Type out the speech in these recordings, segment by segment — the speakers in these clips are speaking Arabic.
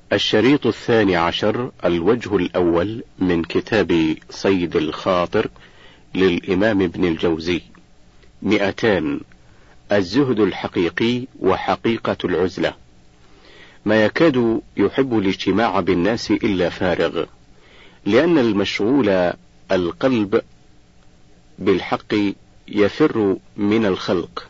الشريط 12، الوجه الأول من كتاب صيد الخاطر للإمام ابن الجوزي. 200. الزهد الحقيقي وحقيقة العزلة. ما يكاد يحب الاجتماع بالناس إلا فارغ، لأن المشغول القلب بالحق يفر من الخلق،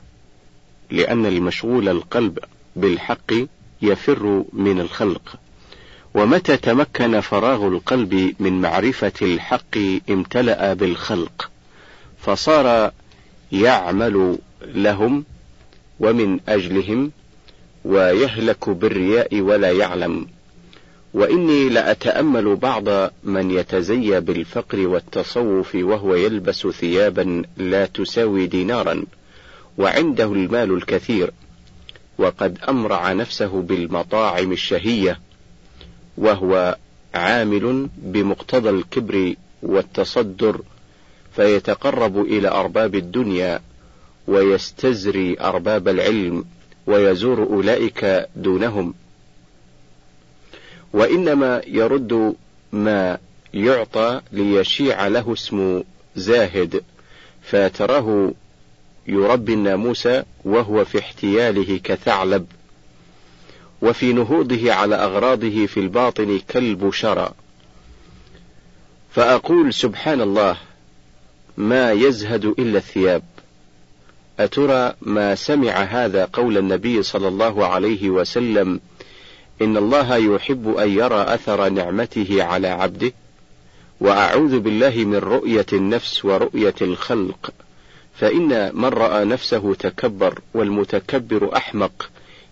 ومتى تمكن فراغ القلب من معرفة الحق امتلأ بالخلق، فصار يعمل لهم ومن أجلهم، ويهلك بالرياء ولا يعلم. وإني لأتأمل بعض من يتزيى بالفقر والتصوف وهو يلبس ثيابا لا تساوي دينارا، وعنده المال الكثير، وقد أمرع نفسه بالمطاعم الشهية، وهو عامل بمقتضى الكبر والتصدر، فيتقرب إلى أرباب الدنيا ويستزري أرباب العلم ويزور أولئك دونهم، وإنما يرد ما يعطى ليشيع له اسم زاهد، فتراه يربي الناموس وهو في احتياله كثعلب، وفي نهوضه على أغراضه في الباطن كالبشرى. فأقول سبحان الله، ما يزهد إلا الثياب. أترى ما سمع هذا قول النبي صلى الله عليه وسلم: إن الله يحب أن يرى أثر نعمته على عبده. وأعوذ بالله من رؤية النفس ورؤية الخلق، فإن من رأى نفسه تكبر، والمتكبر أحمق،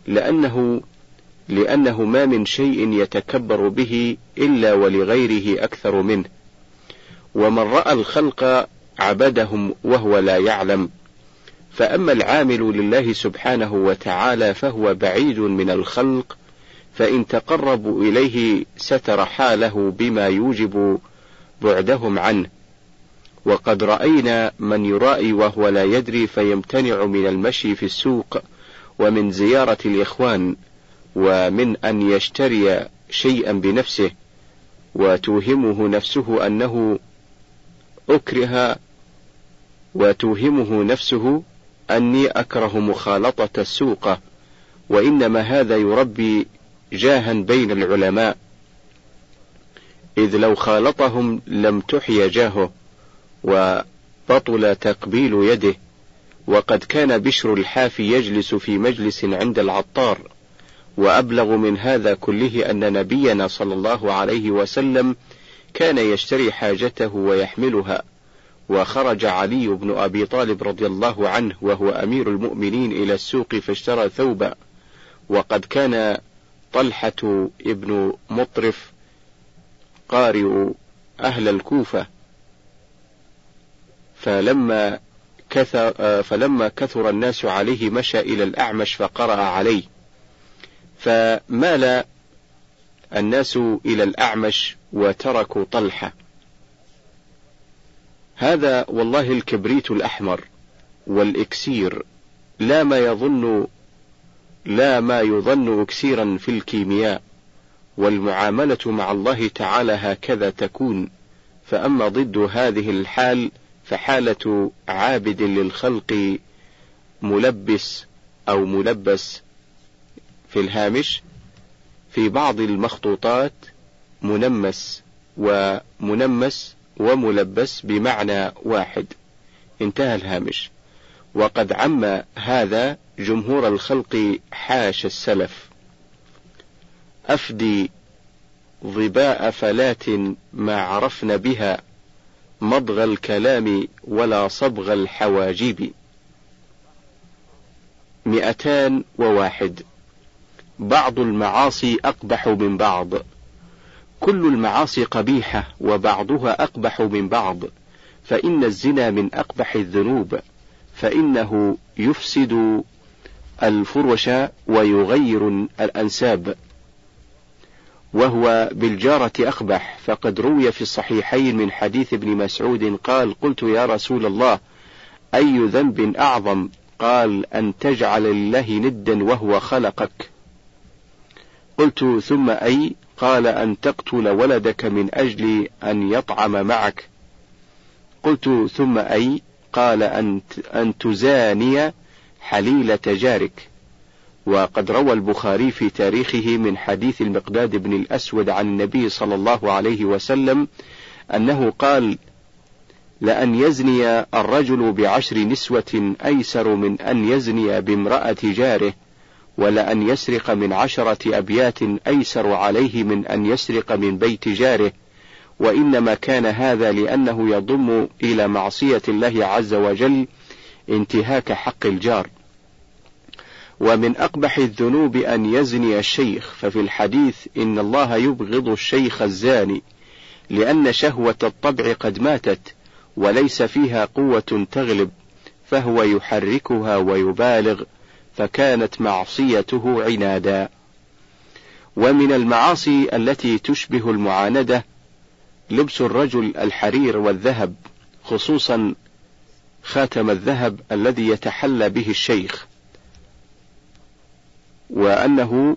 لأنه ما من شيء يتكبر به إلا ولغيره أكثر منه. ومن رأى الخلق عبدهم وهو لا يعلم. فأما العامل لله سبحانه وتعالى فهو بعيد من الخلق، فإن تقربوا إليه ستر حاله بما يوجب بعدهم عنه. وقد رأينا من يرائي وهو لا يدري، فيمتنع من المشي في السوق، ومن زيارة الإخوان، ومن أن يشتري شيئا بنفسه، وتوهمه نفسه أني أكره مخالطة السوق، وإنما هذا يربي جاها بين العلماء، إذ لو خالطهم لم تحي جاهه وبطل تقبيل يده. وقد كان بشر الحافي يجلس في مجلس عند العطار. وأبلغ من هذا كله أن نبينا صلى الله عليه وسلم كان يشتري حاجته ويحملها. وخرج علي بن أبي طالب رضي الله عنه وهو أمير المؤمنين إلى السوق فاشترى ثوبا. وقد كان طلحة ابن مطرف قارئ أهل الكوفة، فلما كثر الناس عليه مشى إلى الأعمش فقرأ عليه، فمال الناس إلى الأعمش وتركوا طلحة. هذا والله الكبريت الأحمر والإكسير، لا ما يظن إكسيرا في الكيمياء. والمعاملة مع الله تعالى هكذا تكون. فأما ضد هذه الحال فحالة عابد للخلق ملبس أو ملبس في الهامش، في بعض المخطوطات منمس وملبس بمعنى واحد، انتهى الهامش. وقد عم هذا جمهور الخلق حاش السلف. أفدي ظباء فلات ما عرفن بها مضغ الكلام ولا صبغ الحواجب. 201. بعض المعاصي أقبح من بعض. كل المعاصي قبيحة، وبعضها أقبح من بعض. فإن الزنا من أقبح الذنوب، فإنه يفسد الفرش ويغير الأنساب، وهو بالجارة أقبح. فقد روي في الصحيحين من حديث ابن مسعود قال: قلت يا رسول الله، أي ذنب أعظم؟ قال: أن تجعل لله ندا وهو خلقك. قلت ثم أي؟ قال أن تقتل ولدك من أجل أن يطعم معك. قلت ثم أي؟ قال أن تزاني حليلة جارك. وقد روى البخاري في تاريخه من حديث المقداد بن الأسود عن النبي صلى الله عليه وسلم أنه قال: لأن يزني الرجل ب10 نسوة أيسر من أن يزني بامرأة جاره، ولأن يسرق من 10 أبيات أيسر عليه من أن يسرق من بيت جاره، وإنما كان هذا لأنه يضم إلى معصية الله عز وجل انتهاك حق الجار. ومن أقبح الذنوب أن يزني الشيخ، ففي الحديث إن الله يبغض الشيخ الزاني، لأن شهوة الطبع قد ماتت وليس فيها قوة تغلب، فهو يحركها ويبالغ، فكانت معصيته عنادا. ومن المعاصي التي تشبه المعاندة لبس الرجل الحرير والذهب، خصوصا خاتم الذهب الذي يتحلى به الشيخ، وأنه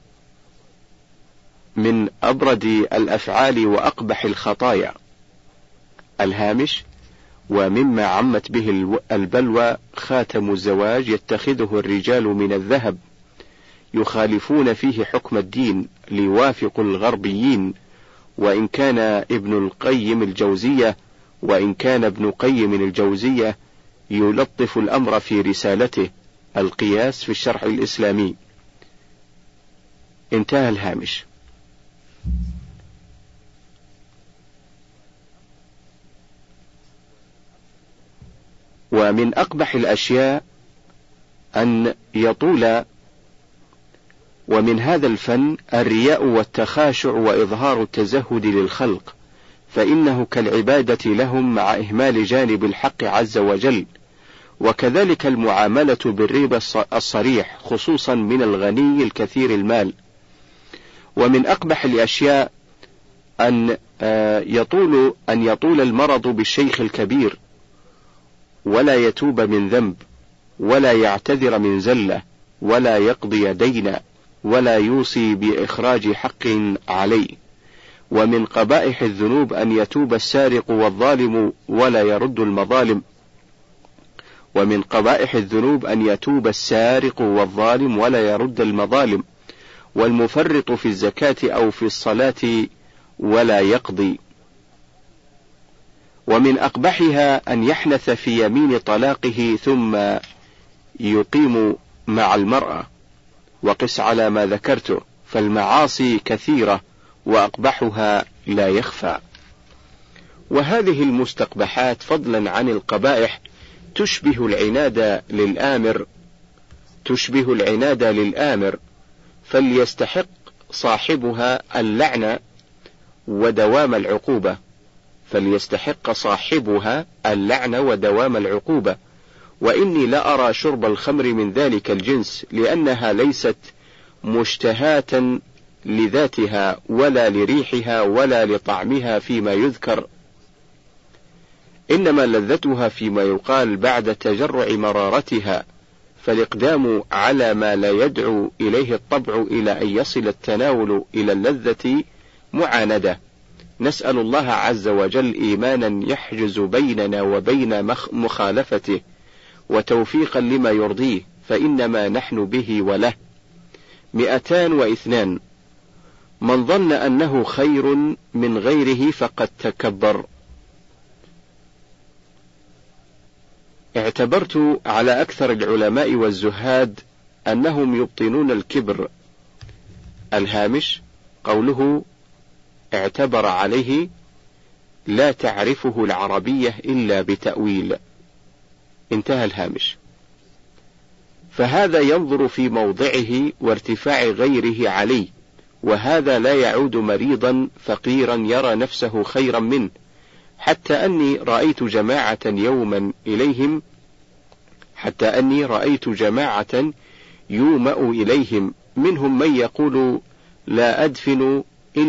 من أبرد الأفعال وأقبح الخطايا. الهامش: ومما عمت به البلوى خاتم الزواج يتخذه الرجال من الذهب، يخالفون فيه حكم الدين ليوافقوا الغربيين، وإن كان ابن قيم الجوزية يلطف الأمر في رسالته القياس في الشرع الإسلامي. انتهى الهامش. ومن أقبح الأشياء أن يطول، ومن هذا الفن الرياء والتخاشع وإظهار التزهد للخلق، فإنه كالعبادة لهم مع إهمال جانب الحق عز وجل. وكذلك المعاملة بالربا الصريح، خصوصا من الغني الكثير المال. ومن أقبح الأشياء أن يطول المرض بالشيخ الكبير، ولا يتوب من ذنب، ولا يعتذر من زلة، ولا يقضي دينا، ولا يوصي بإخراج حق عليه. ومن قبائح الذنوب أن يتوب السارق والظالم ولا يرد المظالم. ومن قبائح الذنوب أن يتوب السارق والظالم ولا يرد المظالم، والمفرط في الزكاة أو في الصلاة ولا يقضي. ومن أقبحها أن يحنث في يمين طلاقه ثم يقيم مع المرأة. وقس على ما ذكرته، فالمعاصي كثيرة وأقبحها لا يخفى. وهذه المستقبحات فضلا عن القبائح تشبه العناد للآمر، فليستحق صاحبها اللعنة ودوام العقوبة. وإني لأرى شرب الخمر من ذلك الجنس، لأنها ليست مشتهاة لذاتها ولا لريحها ولا لطعمها فيما يذكر، إنما لذتها فيما يقال بعد تجرع مرارتها، فالإقدام على ما لا يدعو إليه الطبع إلى أن يصل التناول إلى اللذة معاندة. نسأل الله عز وجل إيمانا يحجز بيننا وبين مخالفته، وتوفيقا لما يرضيه، فإنما نحن به وله. 202. من ظن أنه خير من غيره فقد تكبر. اعتبرت على أكثر العلماء والزهاد أنهم يبطنون الكبر. الهامش: قوله اعتبر عليه لا تعرفه العربية إلا بتأويل. انتهى الهامش. فهذا ينظر في موضعه وارتفاع غيره عليه، وهذا لا يعود مريضا فقيرا يرى نفسه خيرا منه، حتى أني رأيت جماعة يومأ إليهم، منهم من يقول لا أدفن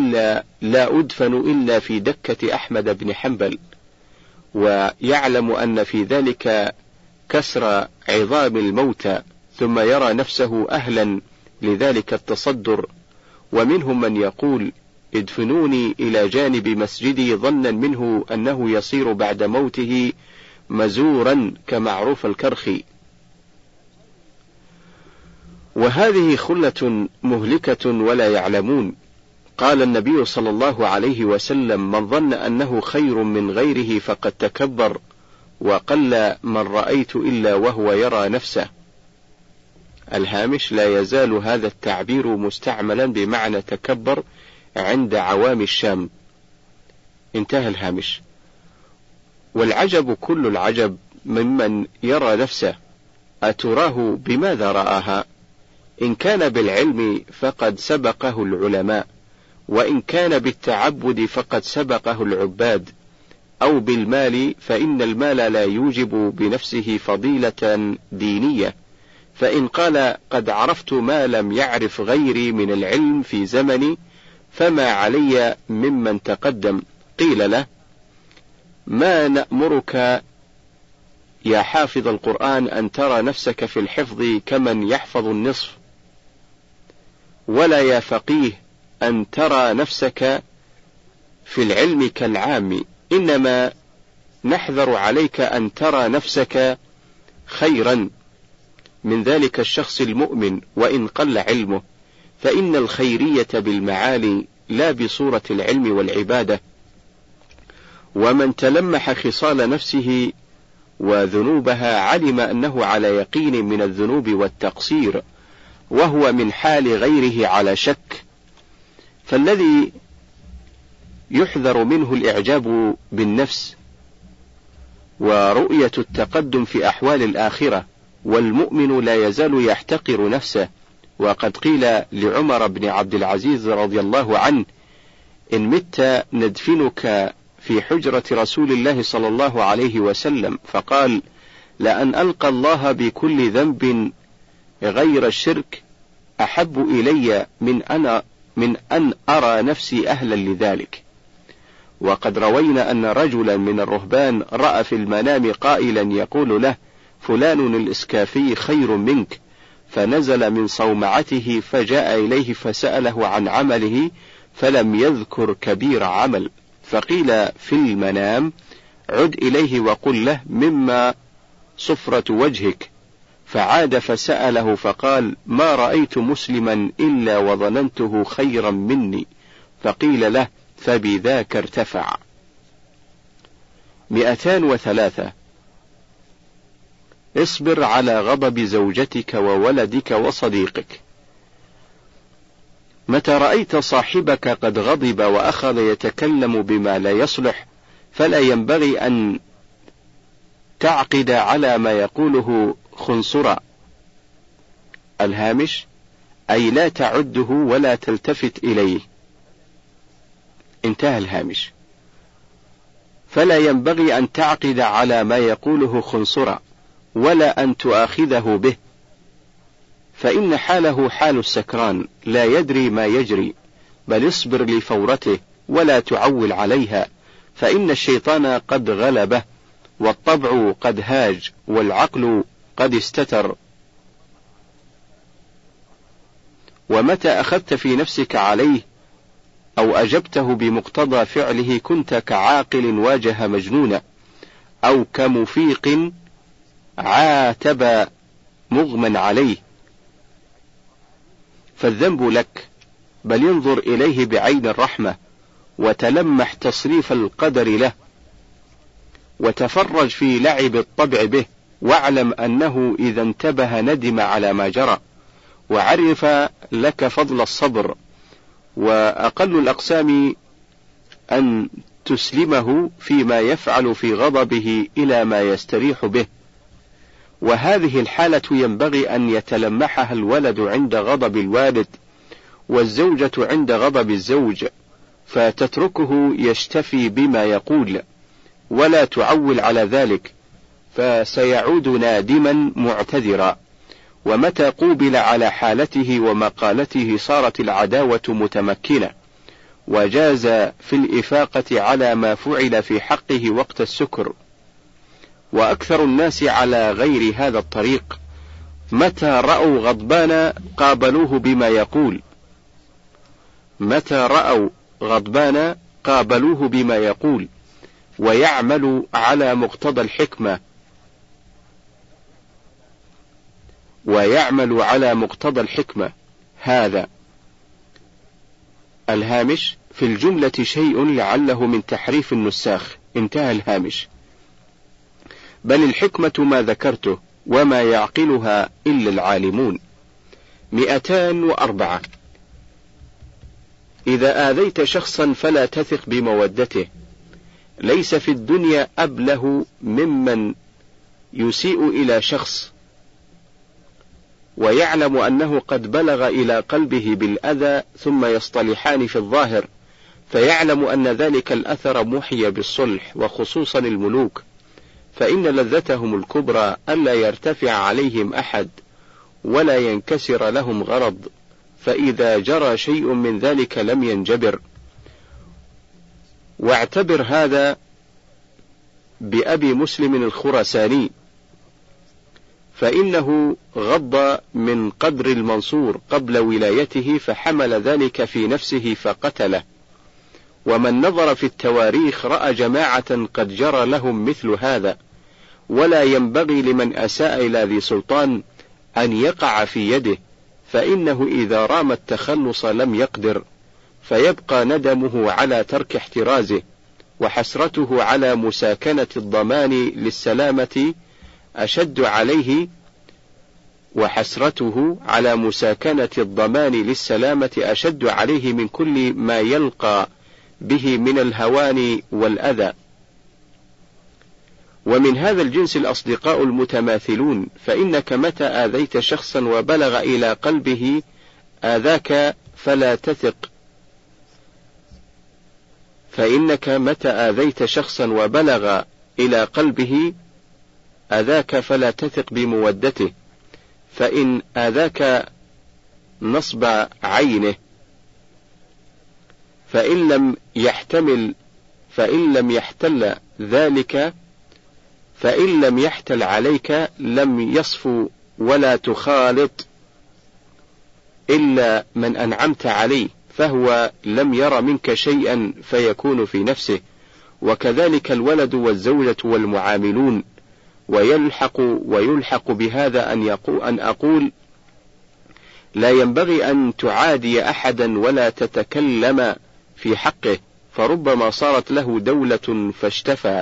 إلا في دكة أحمد بن حنبل، ويعلم أن في ذلك كسر عظام الموتى، ثم يرى نفسه أهلا لذلك التصدر، ومنهم من يقول ادفنوني إلى جانب مسجدي ظنا منه أنه يصير بعد موته مزورا كمعروف الكرخي. وهذه خلة مهلكة ولا يعلمون. قال النبي صلى الله عليه وسلم: من ظن أنه خير من غيره فقد تكبر، وقل من رأيت إلا وهو يرى نفسه. الهامش: لا يزال هذا التعبير مستعملا بمعنى تكبر عند عوام الشام. انتهى الهامش. والعجب كل العجب ممن يرى نفسه، أتراه بماذا رآها؟ إن كان بالعلم فقد سبقه العلماء، وإن كان بالتعبد فقد سبقه العباد، أو بالمال فإن المال لا يوجب بنفسه فضيلة دينية، فإن قال قد عرفت ما لم يعرف غيري من العلم في زمني فما علي ممن تقدم، قيل له: ما نأمرك يا حافظ القرآن أن ترى نفسك في الحفظ كمن يحفظ النصف، ولا يا فقيه أن ترى نفسك في العلم كالعام، إنما نحذر عليك أن ترى نفسك خيرا من ذلك الشخص المؤمن وإن قل علمه، فإن الخيرية بالمعالي لا بصورة العلم والعبادة. ومن تلمح خصال نفسه وذنوبها علم أنه على يقين من الذنوب والتقصير، وهو من حال غيره على شك. فالذي يحذر منه الإعجاب بالنفس ورؤية التقدم في أحوال الآخرة، والمؤمن لا يزال يحتقر نفسه. وقد قيل لعمر بن عبد العزيز رضي الله عنه: إن مت ندفنك في حجرة رسول الله صلى الله عليه وسلم، فقال: لأن ألقى الله بكل ذنب غير الشرك أحب إلي من أن أرى نفسي أهلا لذلك. وقد روينا أن رجلا من الرهبان رأى في المنام قائلا يقول له: فلان الإسكافي خير منك، فنزل من صومعته فجاء إليه فسأله عن عمله فلم يذكر كبير عمل، فقيل في المنام: عد إليه وقل له مما صفرة وجهك، فعاد فسأله فقال: ما رأيت مسلما إلا وظننته خيرا مني، فقيل له: فبذاك ارتفع. 203. اصبر على غضب زوجتك وولدك وصديقك. متى رأيت صاحبك قد غضب وأخذ يتكلم بما لا يصلح فلا ينبغي أن تعقد على ما يقوله خنصرا. الهامش: أي لا تعده ولا تلتفت إليه. انتهى الهامش. فلا ينبغي أن تعقد على ما يقوله خنصرا ولا أن تؤاخذه به، فإن حاله حال السكران لا يدري ما يجري، بل اصبر لفورته ولا تعول عليها، فإن الشيطان قد غلبه، والطبع قد هاج، والعقل قد استتر. ومتى أخذت في نفسك عليه أو أجبته بمقتضى فعله كنت كعاقل واجه مجنونا، أو كمفيق عاتب مغمى عليه، فالذنب لك، بل ينظر إليه بعين الرحمة وتلمح تصريف القدر له، وتفرج في لعب الطبع به، واعلم أنه إذا انتبه ندم على ما جرى، وعرف لك فضل الصبر. وأقل الأقسام أن تسلمه فيما يفعل في غضبه إلى ما يستريح به. وهذه الحالة ينبغي أن يتلمحها الولد عند غضب الوالد، والزوجة عند غضب الزوج، فتتركه يشتفي بما يقول ولا تعول على ذلك، فسيعود نادما معتذرا. ومتى قوبل على حالته ومقالته صارت العداوة متمكنة، وجاز في الإفاقة على ما فعل في حقه وقت السكر. وأكثر الناس على غير هذا الطريق، متى رأوا غضبان قابلوه بما يقول، متى رأوا غضبان قابلوه بما يقول ويعمل على مقتضى الحكمة. هذا الهامش في الجملة شيء لعله من تحريف النساخ، انتهى الهامش. بل الحكمة ما ذكرته وما يعقلها إلا العالمون. 204. إذا آذيت شخصا فلا تثق بمودته. ليس في الدنيا أبله ممن يسيء إلى شخص ويعلم أنه قد بلغ إلى قلبه بالأذى ثم يصطلحان في الظاهر، فيعلم أن ذلك الأثر محي بالصلح، وخصوصا الملوك، فإن لذتهم الكبرى ألا يرتفع عليهم أحد ولا ينكسر لهم غرض، فإذا جرى شيء من ذلك لم ينجبر. واعتبر هذا بأبي مسلم الخراساني، فإنه غض من قدر المنصور قبل ولايته فحمل ذلك في نفسه فقتله. ومن نظر في التواريخ رأى جماعة قد جرى لهم مثل هذا، ولا ينبغي لمن أساء إلى ذي سلطان أن يقع في يده، فإنه إذا رام التخلص لم يقدر، فيبقى ندمه على ترك احترازه، وحسرته على مساكنة الضمان للسلامة أشد عليه من كل ما يلقى به من الهوان والأذى. ومن هذا الجنس الأصدقاء المتماثلون، فإنك متى آذيت شخصا وبلغ إلى قلبه آذاك فلا تثق بمودته، فإن آذاك نصب عينه، فإن لم يحتل عليك لم يصفو، ولا تخالط إلا من أنعمت عليه، فهو لم ير منك شيئا فيكون في نفسه. وكذلك الولد والزوجة والمعاملون. ويلحق بهذا أن أقول لا ينبغي أن تعادي أحدا ولا تتكلم في حقه، فربما صارت له دولة فاشتفى،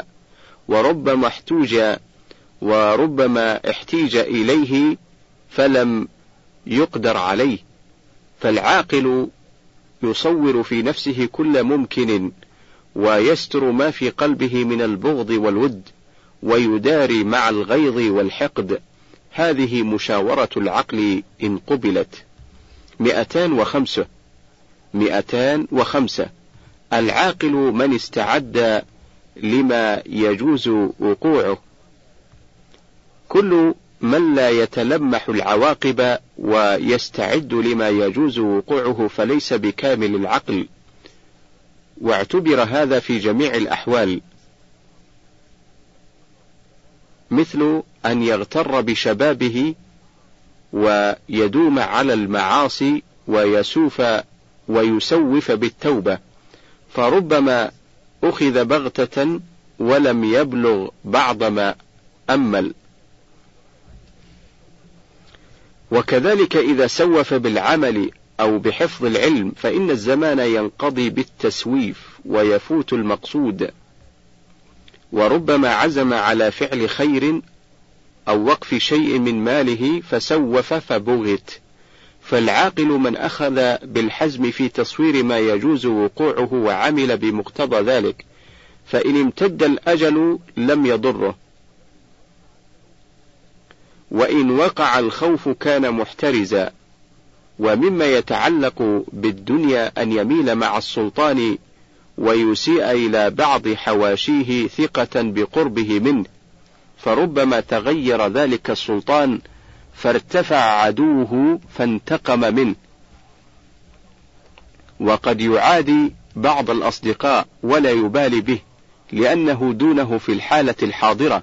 وربما احتيج إليه فلم يقدر عليه. فالعاقل يصور في نفسه كل ممكن، ويستر ما في قلبه من البغض والود، ويداري مع الغيظ والحقد. هذه مشاورة العقل إن قبلت. 205. العاقل من استعد لما يجوز وقوعه. كل من لا يتلمح العواقب ويستعد لما يجوز وقوعه فليس بكامل العقل، واعتبر هذا في جميع الأحوال، مثل أن يغتر بشبابه ويدوم على المعاصي ويسوف بالتوبة، فربما أخذ بغتة ولم يبلغ بعض ما أمل. وكذلك إذا سوف بالعمل أو بحفظ العلم، فإن الزمان ينقضي بالتسويف ويفوت المقصود، وربما عزم على فعل خير أو وقف شيء من ماله فسوف فبغت. فالعاقل من أخذ بالحزم في تصوير ما يجوز وقوعه وعمل بمقتضى ذلك، فإن امتد الأجل لم يضره، وإن وقع الخوف كان محترزا. ومما يتعلق بالدنيا أن يميل مع السلطان ويسيء إلى بعض حواشيه ثقة بقربه منه، فربما تغير ذلك السلطان فارتفع عدوه فانتقم منه. وقد يعادي بعض الأصدقاء ولا يبالي به لأنه دونه في الحالة الحاضرة،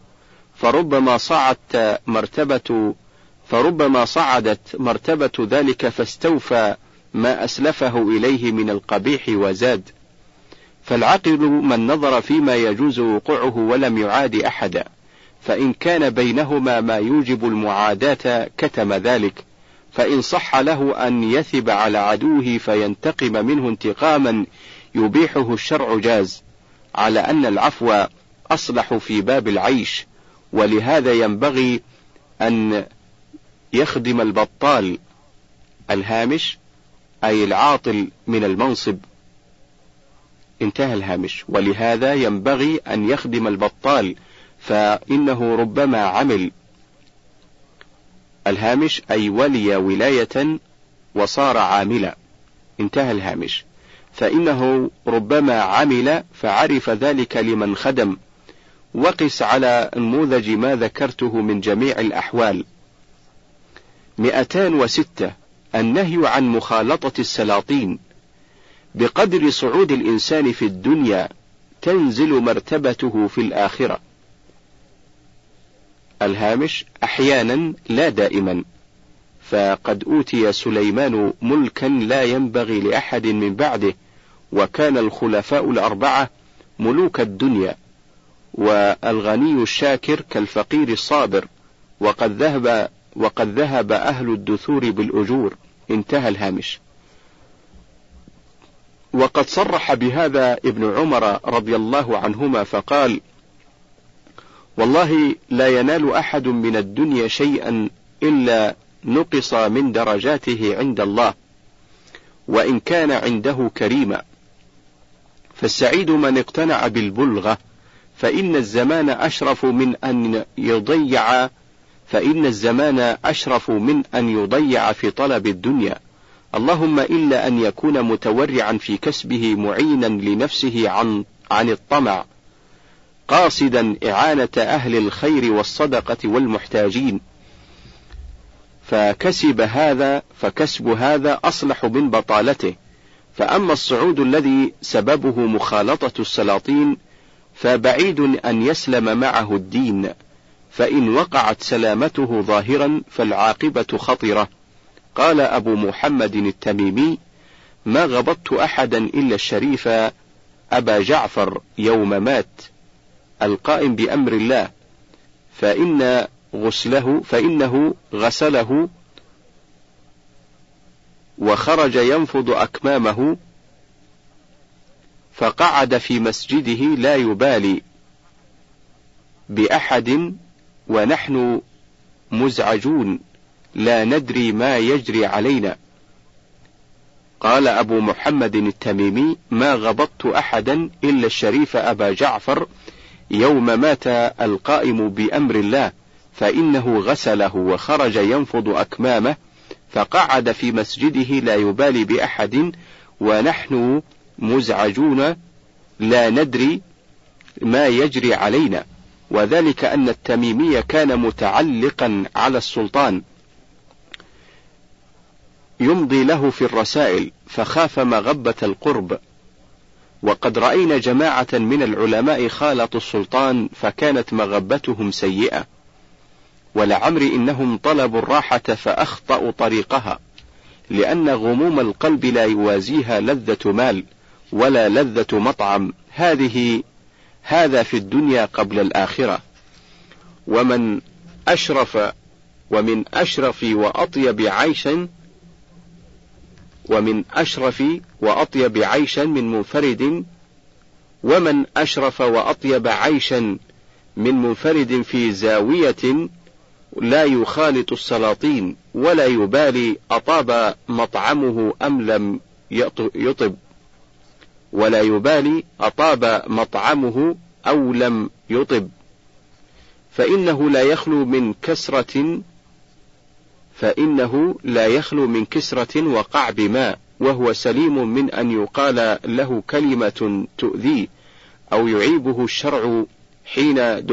فربما صعدت مرتبة ذلك فاستوفى ما أسلفه إليه من القبيح وزاد. فالعاقل من نظر فيما يجوز وقوعه ولم يعاد أحدا، فإن كان بينهما ما يوجب المعاداة كتم ذلك، فإن صح له أن يثب على عدوه فينتقم منه انتقاما يبيحه الشرع جاز، على أن العفو أصلح في باب العيش. ولهذا ينبغي أن يخدم البطال الهامش أي العاطل من المنصب. انتهى الهامش. ولهذا ينبغي أن يخدم البطال فإنه ربما عمل. الهامش أي ولي ولاية وصار عاملا. انتهى الهامش. فإنه ربما عمل فعرف ذلك لمن خدم. وقس على نموذج ما ذكرته من جميع الأحوال. 206. النهي عن مخالطة السلاطين. بقدر صعود الإنسان في الدنيا تنزل مرتبته في الآخرة. الهامش أحيانا لا دائما، فقد أوتي سليمان ملكا لا ينبغي لأحد من بعده، وكان الخلفاء الأربعة ملوك الدنيا، والغني الشاكر كالفقير الصابر، وقد ذهب أهل الدثور بالأجور. انتهى الهامش. وقد صرح بهذا ابن عمر رضي الله عنهما فقال: والله لا ينال أحد من الدنيا شيئا إلا نقص من درجاته عند الله، وإن كان عنده كريما. فالسعيد من اقتنع بالبلغة، فإن الزمان أشرف من أن يضيع في طلب الدنيا، اللهم إلا أن يكون متورعا في كسبه معينا لنفسه عن الطمع، قاصدا إعانة أهل الخير والصدقة والمحتاجين، فكسب هذا أصلح من بطالته. فأما الصعود الذي سببه مخالطة السلاطين فبعيد أن يسلم معه الدين، فإن وقعت سلامته ظاهرا فالعاقبة خطرة. قال أبو محمد التميمي: ما غبطت أحدا إلا الشريف أبا جعفر يوم مات، القائم بأمر الله، فإنه غسله وخرج ينفض أكمامه، فقعد في مسجده لا يبالي بأحد، ونحن مزعجون لا ندري ما يجري علينا. قال أبو محمد التميمي: ما غبطت أحدا إلا الشريف أبا جعفر يوم مات القائم بأمر الله، فإنه غسله وخرج ينفض أكمامه، فقعد في مسجده لا يبالي بأحد، ونحن مزعجون لا ندري ما يجري علينا. وذلك أن التميمي كان متعلقا على السلطان يمضي له في الرسائل، فخاف مغبة القرب. وقد رأينا جماعة من العلماء خالطوا السلطان فكانت مغبتهم سيئة، ولعمري إنهم طلبوا الراحة فأخطأوا طريقها، لأن غموم القلب لا يوازيها لذة مال ولا لذة مطعم، هذا في الدنيا قبل الآخرة. ومن أشرف وأطيب عيشا من منفرد في زاوية لا يخالط السلاطين، ولا يبالي أطاب مطعمه أو لم يطب، فإنه لا يخلو من كسرة وقعب ماء، وهو سليم من أن يقال له كلمة تؤذيه أو يعيبه الشرع حين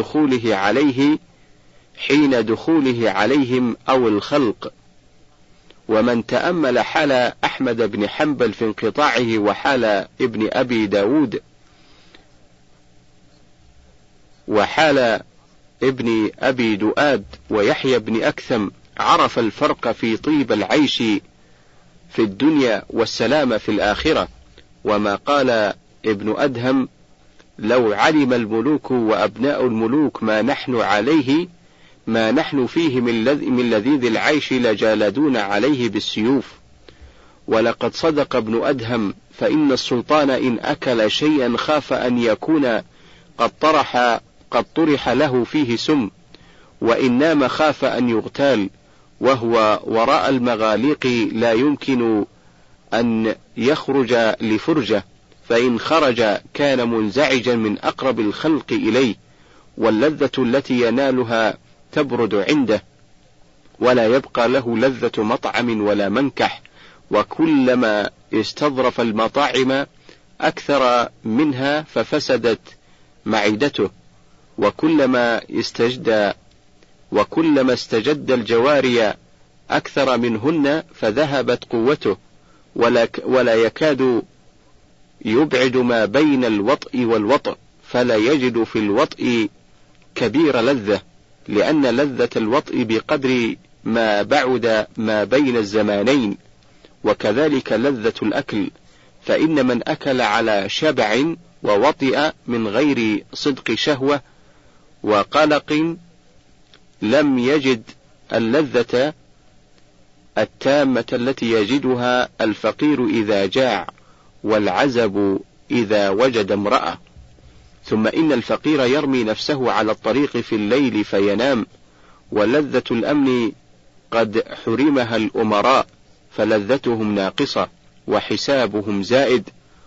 دخوله عليهم أو الخلق. ومن تأمل حال أحمد بن حنبل في انقطاعه وحال ابن أبي داود وحال ابن أبي دؤاد ويحيى بن أكثم، عرف الفرق في طيب العيش في الدنيا والسلامة في الآخرة. وما قال ابن أدهم: لو علم الملوك وأبناء الملوك ما نحن عليه ما نحن فيه من لذيذ العيش لجالدون عليه بالسيوف. ولقد صدق ابن أدهم، فإن السلطان إن أكل شيئا خاف أن يكون قد طرح له فيه سم، وإن نام خاف أن يغتال، وهو وراء المغاليق لا يمكن أن يخرج لفرجة، فإن خرج كان منزعجا من أقرب الخلق إليه، واللذة التي ينالها تبرد عنده، ولا يبقى له لذة مطعم ولا منكح، وكلما استظرف المطاعم أكثر منها ففسدت معدته، وكلما استجد الجواري أكثر منهن فذهبت قوته، ولا يكاد يبعد ما بين الوطء والوطء، فلا يجد في الوطء كبير لذة، لأن لذة الوطء بقدر ما بعد ما بين الزمانين. وكذلك لذة الأكل، فإن من أكل على شبع ووطئ من غير صدق شهوة وقلق لم يجد اللذة التامة التي يجدها الفقير إذا جاع، والعزب إذا وجد امرأة. ثم إن الفقير يرمي نفسه على الطريق في الليل فينام، ولذة الأمن قد حرمها الأمراء، فلذتهم ناقصة وحسابهم زائد.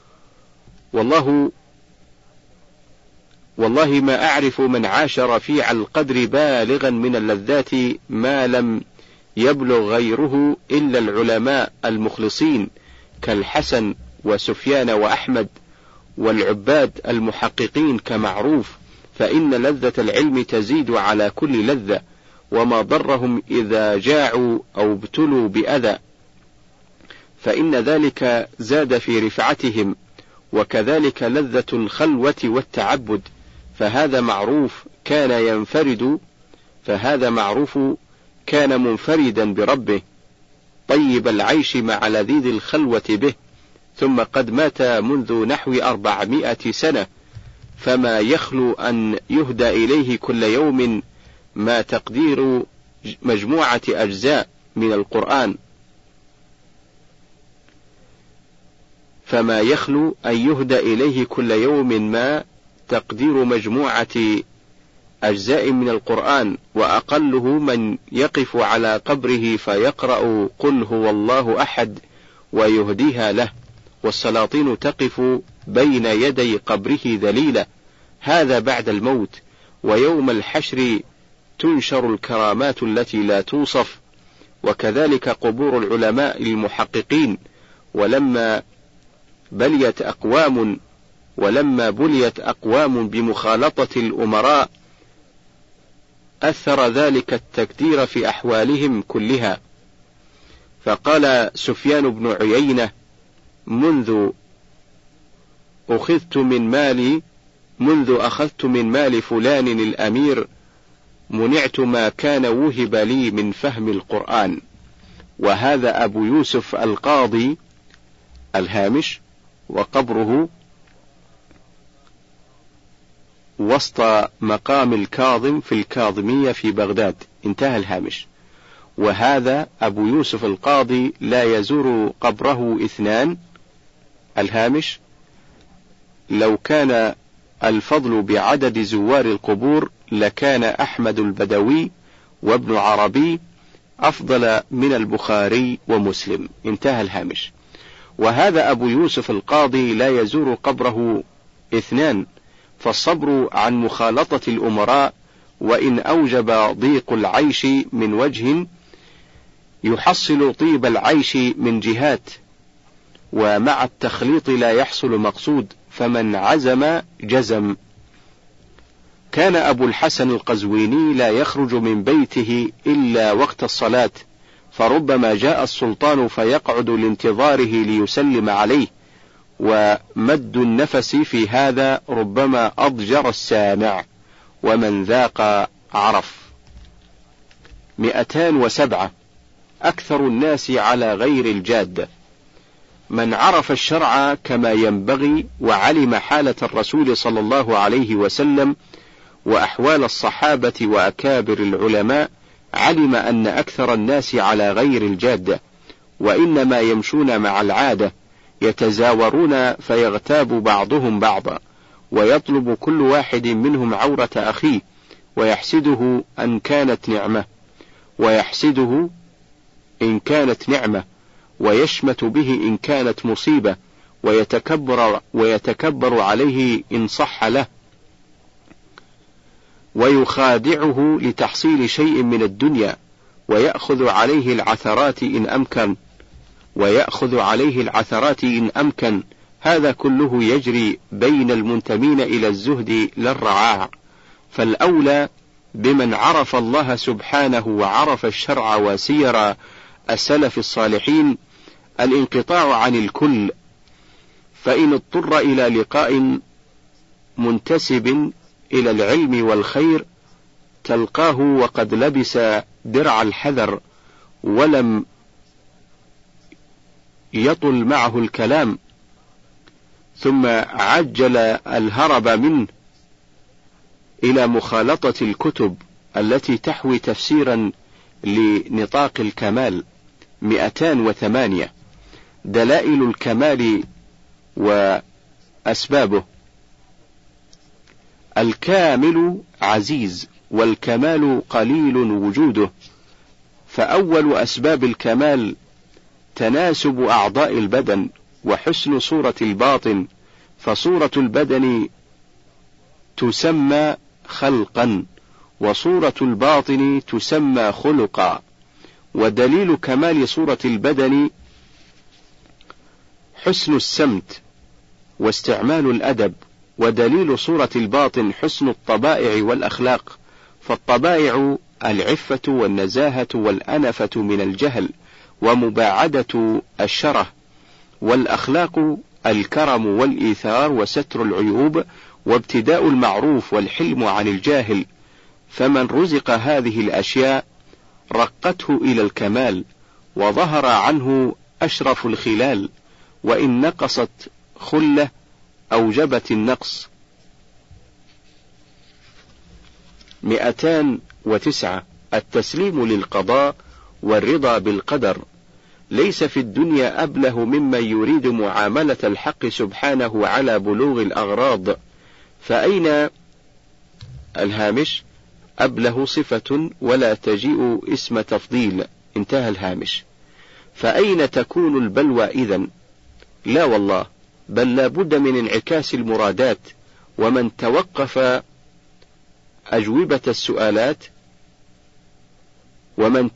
والله ما أعرف من عاش رفيع القدر بالغا من اللذات ما لم يبلغ غيره إلا العلماء المخلصين كالحسن وسفيان وأحمد، والعباد المحققين كمعروف، فإن لذة العلم تزيد على كل لذة، وما ضرهم إذا جاعوا أو ابتلوا بأذى، فإن ذلك زاد في رفعتهم. وكذلك لذة الخلوة والتعبد، فهذا معروف كان منفردا بربه طيب العيش مع لذيذ الخلوة به، ثم قد مات منذ نحو 400 سنة، فما يخلو أن يهدى إليه كل يوم ما تقدير مجموعة أجزاء من القرآن، وأقله من يقف على قبره فيقرأ قل هو الله أحد ويهديها له، والسلاطين تقف بين يدي قبره ذليلة، هذا بعد الموت. ويوم الحشر تنشر الكرامات التي لا توصف. وكذلك قبور العلماء المحققين، ولما بليت أقوام بمخالطة الأمراء أثر ذلك التكدير في أحوالهم كلها. فقال سفيان بن عيينة: منذ أخذت من مال فلان الأمير منعت ما كان وهب لي من فهم القرآن. وهذا أبو يوسف القاضي الهامش، وقبره وسط مقام الكاظم في الكاظمية في بغداد، انتهى الهامش. وهذا أبو يوسف القاضي لا يزور قبره 2، الهامش: لو كان الفضل بعدد زوار القبور لكان أحمد البدوي وابن عربي أفضل من البخاري ومسلم، انتهى الهامش. وهذا أبو يوسف القاضي لا يزور قبره 2، فالصبر عن مخالطة الأمراء وإن أوجب ضيق العيش من وجه يحصل طيب العيش من جهات، ومع التخليط لا يحصل مقصود، فمن عزم جزم. كان أبو الحسن القزويني لا يخرج من بيته إلا وقت الصلاة، فربما جاء السلطان فيقعد لانتظاره ليسلم عليه، ومد النفس في هذا ربما أضجر السامع، ومن ذاق عرف. 207. أكثر الناس على غير الجادة. من عرف الشرع كما ينبغي وعلم حالة الرسول صلى الله عليه وسلم وأحوال الصحابة وأكابر العلماء علم أن أكثر الناس على غير الجادة، وإنما يمشون مع العادة، يتزاورون فيغتاب بعضهم بعضا، ويطلب كل واحد منهم عورة أخيه، ويحسده إن كانت نعمة، ويشمت به إن كانت مصيبة، ويتكبر عليه إن صح له، ويخادعه لتحصيل شيء من الدنيا، ويأخذ عليه العثرات إن أمكن. هذا كله يجري بين المنتمين إلى الزهد لا الرعاع. فالأولى بمن عرف الله سبحانه وعرف الشرع وسير السلف الصالحين الانقطاع عن الكل، فإن اضطر إلى لقاء منتسب إلى العلم والخير تلقاه وقد لبس درع الحذر ولم يطل معه الكلام، ثم عجل الهرب منه إلى مخالطة الكتب التي تحوي تفسيرا لنطاق الكمال 208 دلائل الكمال وأسبابه. الكامل عزيز والكمال قليل وجوده، فأول أسباب الكمال تناسب أعضاء البدن وحسن صورة الباطن، فصورة البدن تسمى خلقا، وصورة الباطن تسمى خلقا. ودليل كمال صورة البدن حسن السمت واستعمال الأدب، ودليل صورة الباطن حسن الطبائع والأخلاق، فالطبائع العفة والنزاهة والأنفة من الجهل ومباعدة الشره، والأخلاق الكرم والإيثار وستر العيوب وابتداء المعروف والحلم عن الجاهل. فمن رزق هذه الأشياء رقته إلى الكمال، وظهر عنه أشرف الخلال، وإن نقصت خلة أوجبت النقص. 209 التسليم للقضاء والرضا بالقدر. ليس في الدنيا أبله ممن يريد معاملة الحق سبحانه على بلوغ الأغراض. فأين الهامش أبله صفة ولا تجيء اسم تفضيل، انتهى الهامش. فأين تكون البلوى إذن؟ لا والله، بل لا بد من انعكاس المرادات. ومن توقف أجوبة السؤالات ومن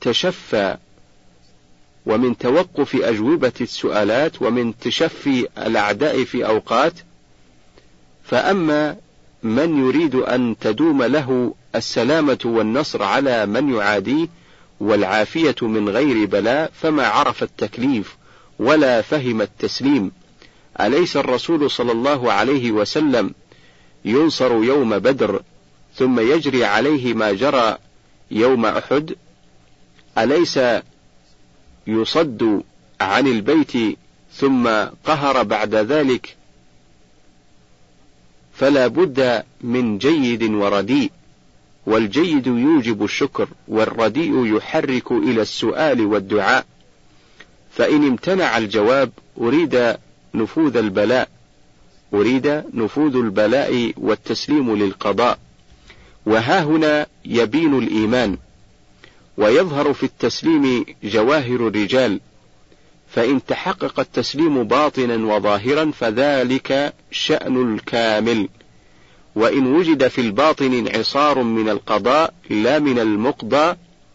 توقف أجوبة السؤالات ومن تشفي الأعداء في أوقات. فأما من يريد أن تدوم له السلامة والنصر على من يعاديه والعافية من غير بلاء، فما عرف التكليف ولا فهم التسليم. أليس الرسول صلى الله عليه وسلم ينصر يوم بدر ثم يجري عليه ما جرى يوم أحد؟ أليس يصد عن البيت ثم قهر بعد ذلك؟ فلا بد من جيد ورديء، والجيد يوجب الشكر، والرديء يحرك إلى السؤال والدعاء. فإن امتنع الجواب أريد نفوذ البلاء والتسليم للقضاء. وها هنا يبين الإيمان، ويظهر في التسليم جواهر الرجال. فإن تحقق التسليم باطنا وظاهرا فذلك شأن الكامل، وإن وجد في الباطن انعصار من القضاء لا من المقضى،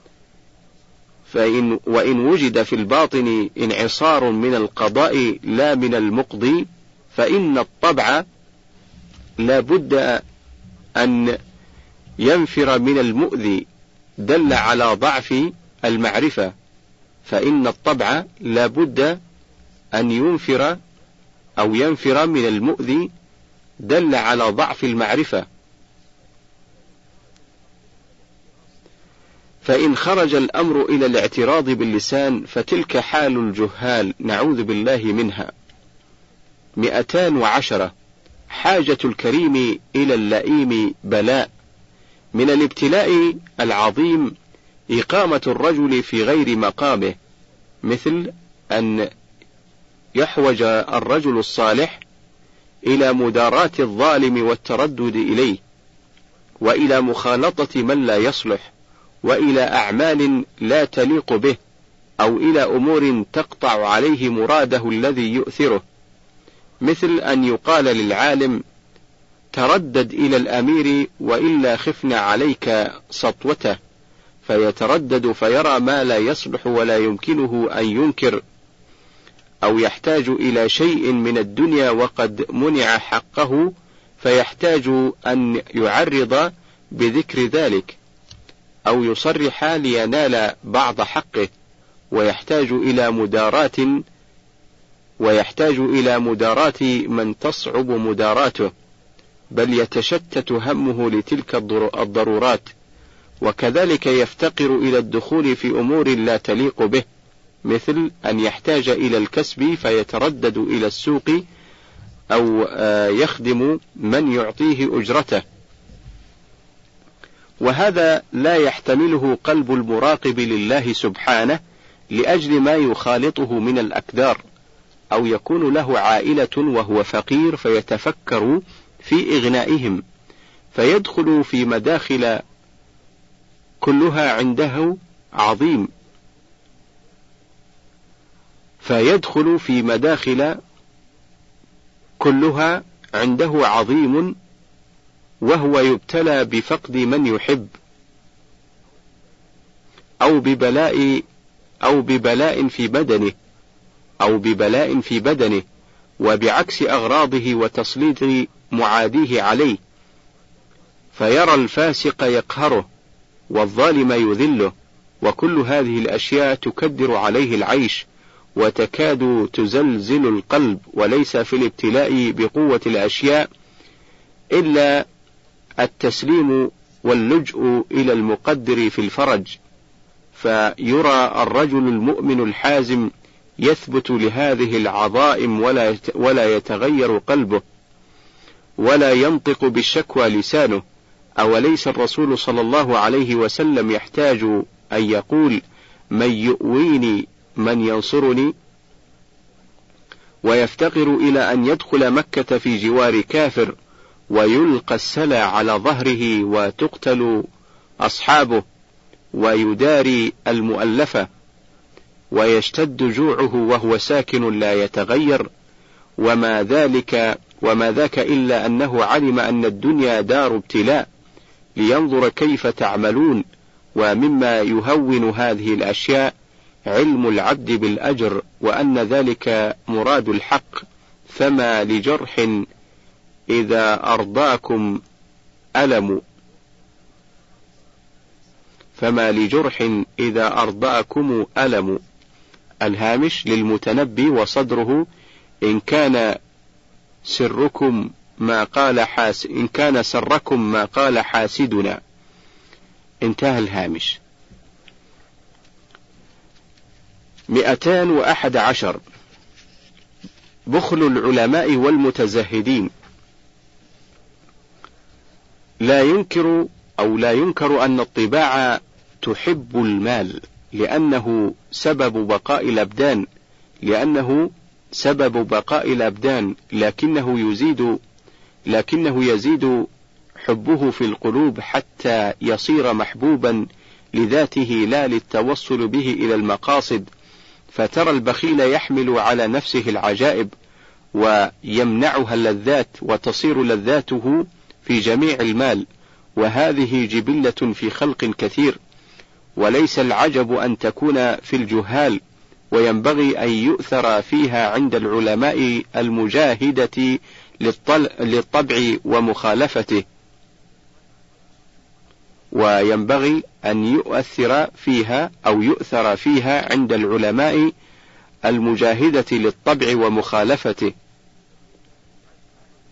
وإن وجد في الباطن انعصار من القضاء لا من المقضي، فإن الطبع لا بد أن ينفر من المؤذي دل على ضعف المعرفة. فإن الطبع لا بد أن ينفر من المؤذي دل على ضعف المعرفة. فإن خرج الأمر إلى الاعتراض باللسان فتلك حال الجهال نعوذ بالله منها. 210. حاجة الكريم إلى اللئيم بلاء. من الابتلاء العظيم إقامة الرجل في غير مقامه، مثل أن يحوج الرجل الصالح إلى مداراة الظالم والتردد إليه، وإلى مخالطة من لا يصلح، وإلى أعمال لا تليق به، أو إلى أمور تقطع عليه مراده الذي يؤثره، مثل أن يقال للعالم تردد إلى الأمير وإلا خفنا عليك سطوته، فيتردد فيرى ما لا يصلح ولا يمكنه أن ينكر، أو يحتاج إلى شيء من الدنيا وقد منع حقه فيحتاج أن يعرض بذكر ذلك، أو يصرح لينال بعض حقه، ويحتاج إلى مداراة من تصعب مداراته، بل يتشتت همه لتلك الضرورات، وكذلك يفتقر إلى الدخول في أمور لا تليق به، مثل أن يحتاج إلى الكسب فيتردد إلى السوق، أو يخدم من يعطيه أجرته، وهذا لا يحتمله قلب المراقب لله سبحانه لأجل ما يخالطه من الأكدار، أو يكون له عائلة وهو فقير فيتفكر في إغنائهم، فيدخل في مداخل كلها عنده عظيم، وهو يبتلى بفقد من يحب، أو ببلاء في بدنه، وبعكس أغراضه وتسليط معاديه عليه، فيرى الفاسق يقهره والظالم يذله، وكل هذه الأشياء تكدر عليه العيش وتكاد تزلزل القلب. وليس في الابتلاء بقوة الأشياء إلا التسليم واللجوء إلى المقدر في الفرج، فيرى الرجل المؤمن الحازم يثبت لهذه العظائم ولا يتغير قلبه، ولا ينطق بالشكوى لسانه. أوليس الرسول صلى الله عليه وسلم يحتاج أن يقول من يؤويني من ينصرني، ويفتقر إلى أن يدخل مكة في جوار كافر ويلقى السلى على ظهره وتقتل أصحابه ويداري المؤلفة ويشتد جوعه وهو ساكن لا يتغير، وما ذاك إلا أنه علم أن الدنيا دار ابتلاء لينظر كيف تعملون. ومما يهون هذه الأشياء علم العبد بالأجر، وأن ذلك مراد الحق. فما لجرح إذا أرضاكم ألم. الهامش للمتنبي وصدره إن كان سركم ما قال حاسدنا. انتهى الهامش. 211. بخل العلماء والمتزهدين. لا ينكر أن الطباع تحب المال لأنه سبب بقاء الأبدان، لكنه يزيد حبه في القلوب حتى يصير محبوبا لذاته لا للتوصل به إلى المقاصد. فترى البخيل يحمل على نفسه العجائب ويمنعها اللذات، وتصير لذاته في جميع المال، وهذه جبلة في خلق كثير. وليس العجب أن تكون في الجهال، وينبغي أن يؤثر فيها عند العلماء المجاهدة للطبع ومخالفته، وينبغي أن يؤثر فيها عند العلماء المجاهدة للطبع ومخالفته،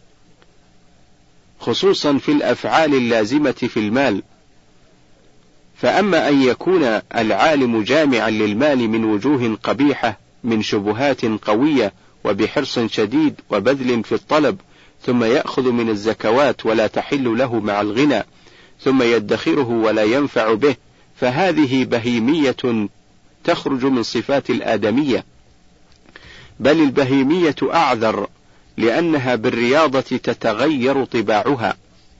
خصوصا في الأفعال اللازمة في المال، فأما أن يكون العالم جامعا للمال من وجوه قبيحة من شبهات قوية وبحرص شديد وبذل في الطلب، ثم يأخذ من الزكوات ولا تحل له مع الغنى، ثم يدخره ولا ينفع به، فهذه بهيمية تخرج من صفات الآدمية، بل البهيمية أعذر، لأنها بالرياضة تتغير طباعها،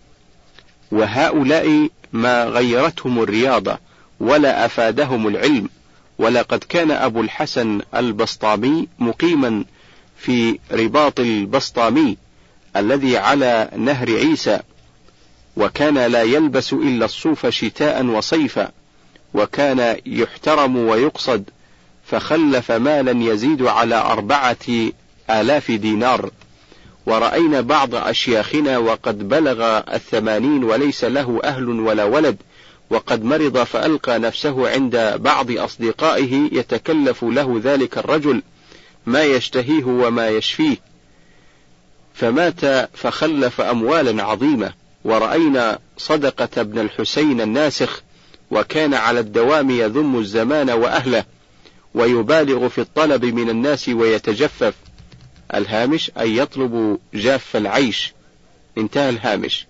وهؤلاء ما غيرتهم الرياضة ولا أفادهم العلم. ولقد كان أبو الحسن البسطامي مقيما في رباط البسطامي الذي على نهر عيسى، وكان لا يلبس إلا الصوف شتاء وصيفا، وكان يحترم ويقصد، فخلف مالا يزيد على 4,000 دينار. ورأينا بعض أشياخنا وقد بلغ 80 وليس له أهل ولا ولد، وقد مرض فألقى نفسه عند بعض أصدقائه يتكلف له ذلك الرجل ما يشتهيه وما يشفيه، فمات فخلف أموالا عظيمة. ورأينا صدقة بن الحسين الناسخ، وكان على الدوام يذم الزمان وأهله، ويبالغ في الطلب من الناس ويتجفف. الهامش أي يطلب جاف العيش، انتهى الهامش.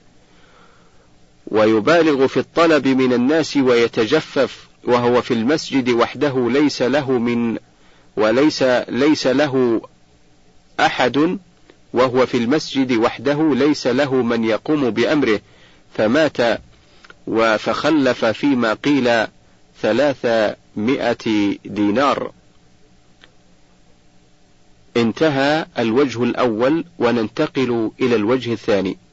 ويبالغ في الطلب من الناس ويتجفف، وهو في المسجد وحده ليس له أحد، وهو في المسجد وحده ليس له من يقوم بأمره، فمات فخلف فيما قيل 300 دينار. انتهى الوجه الأول، وننتقل إلى الوجه الثاني.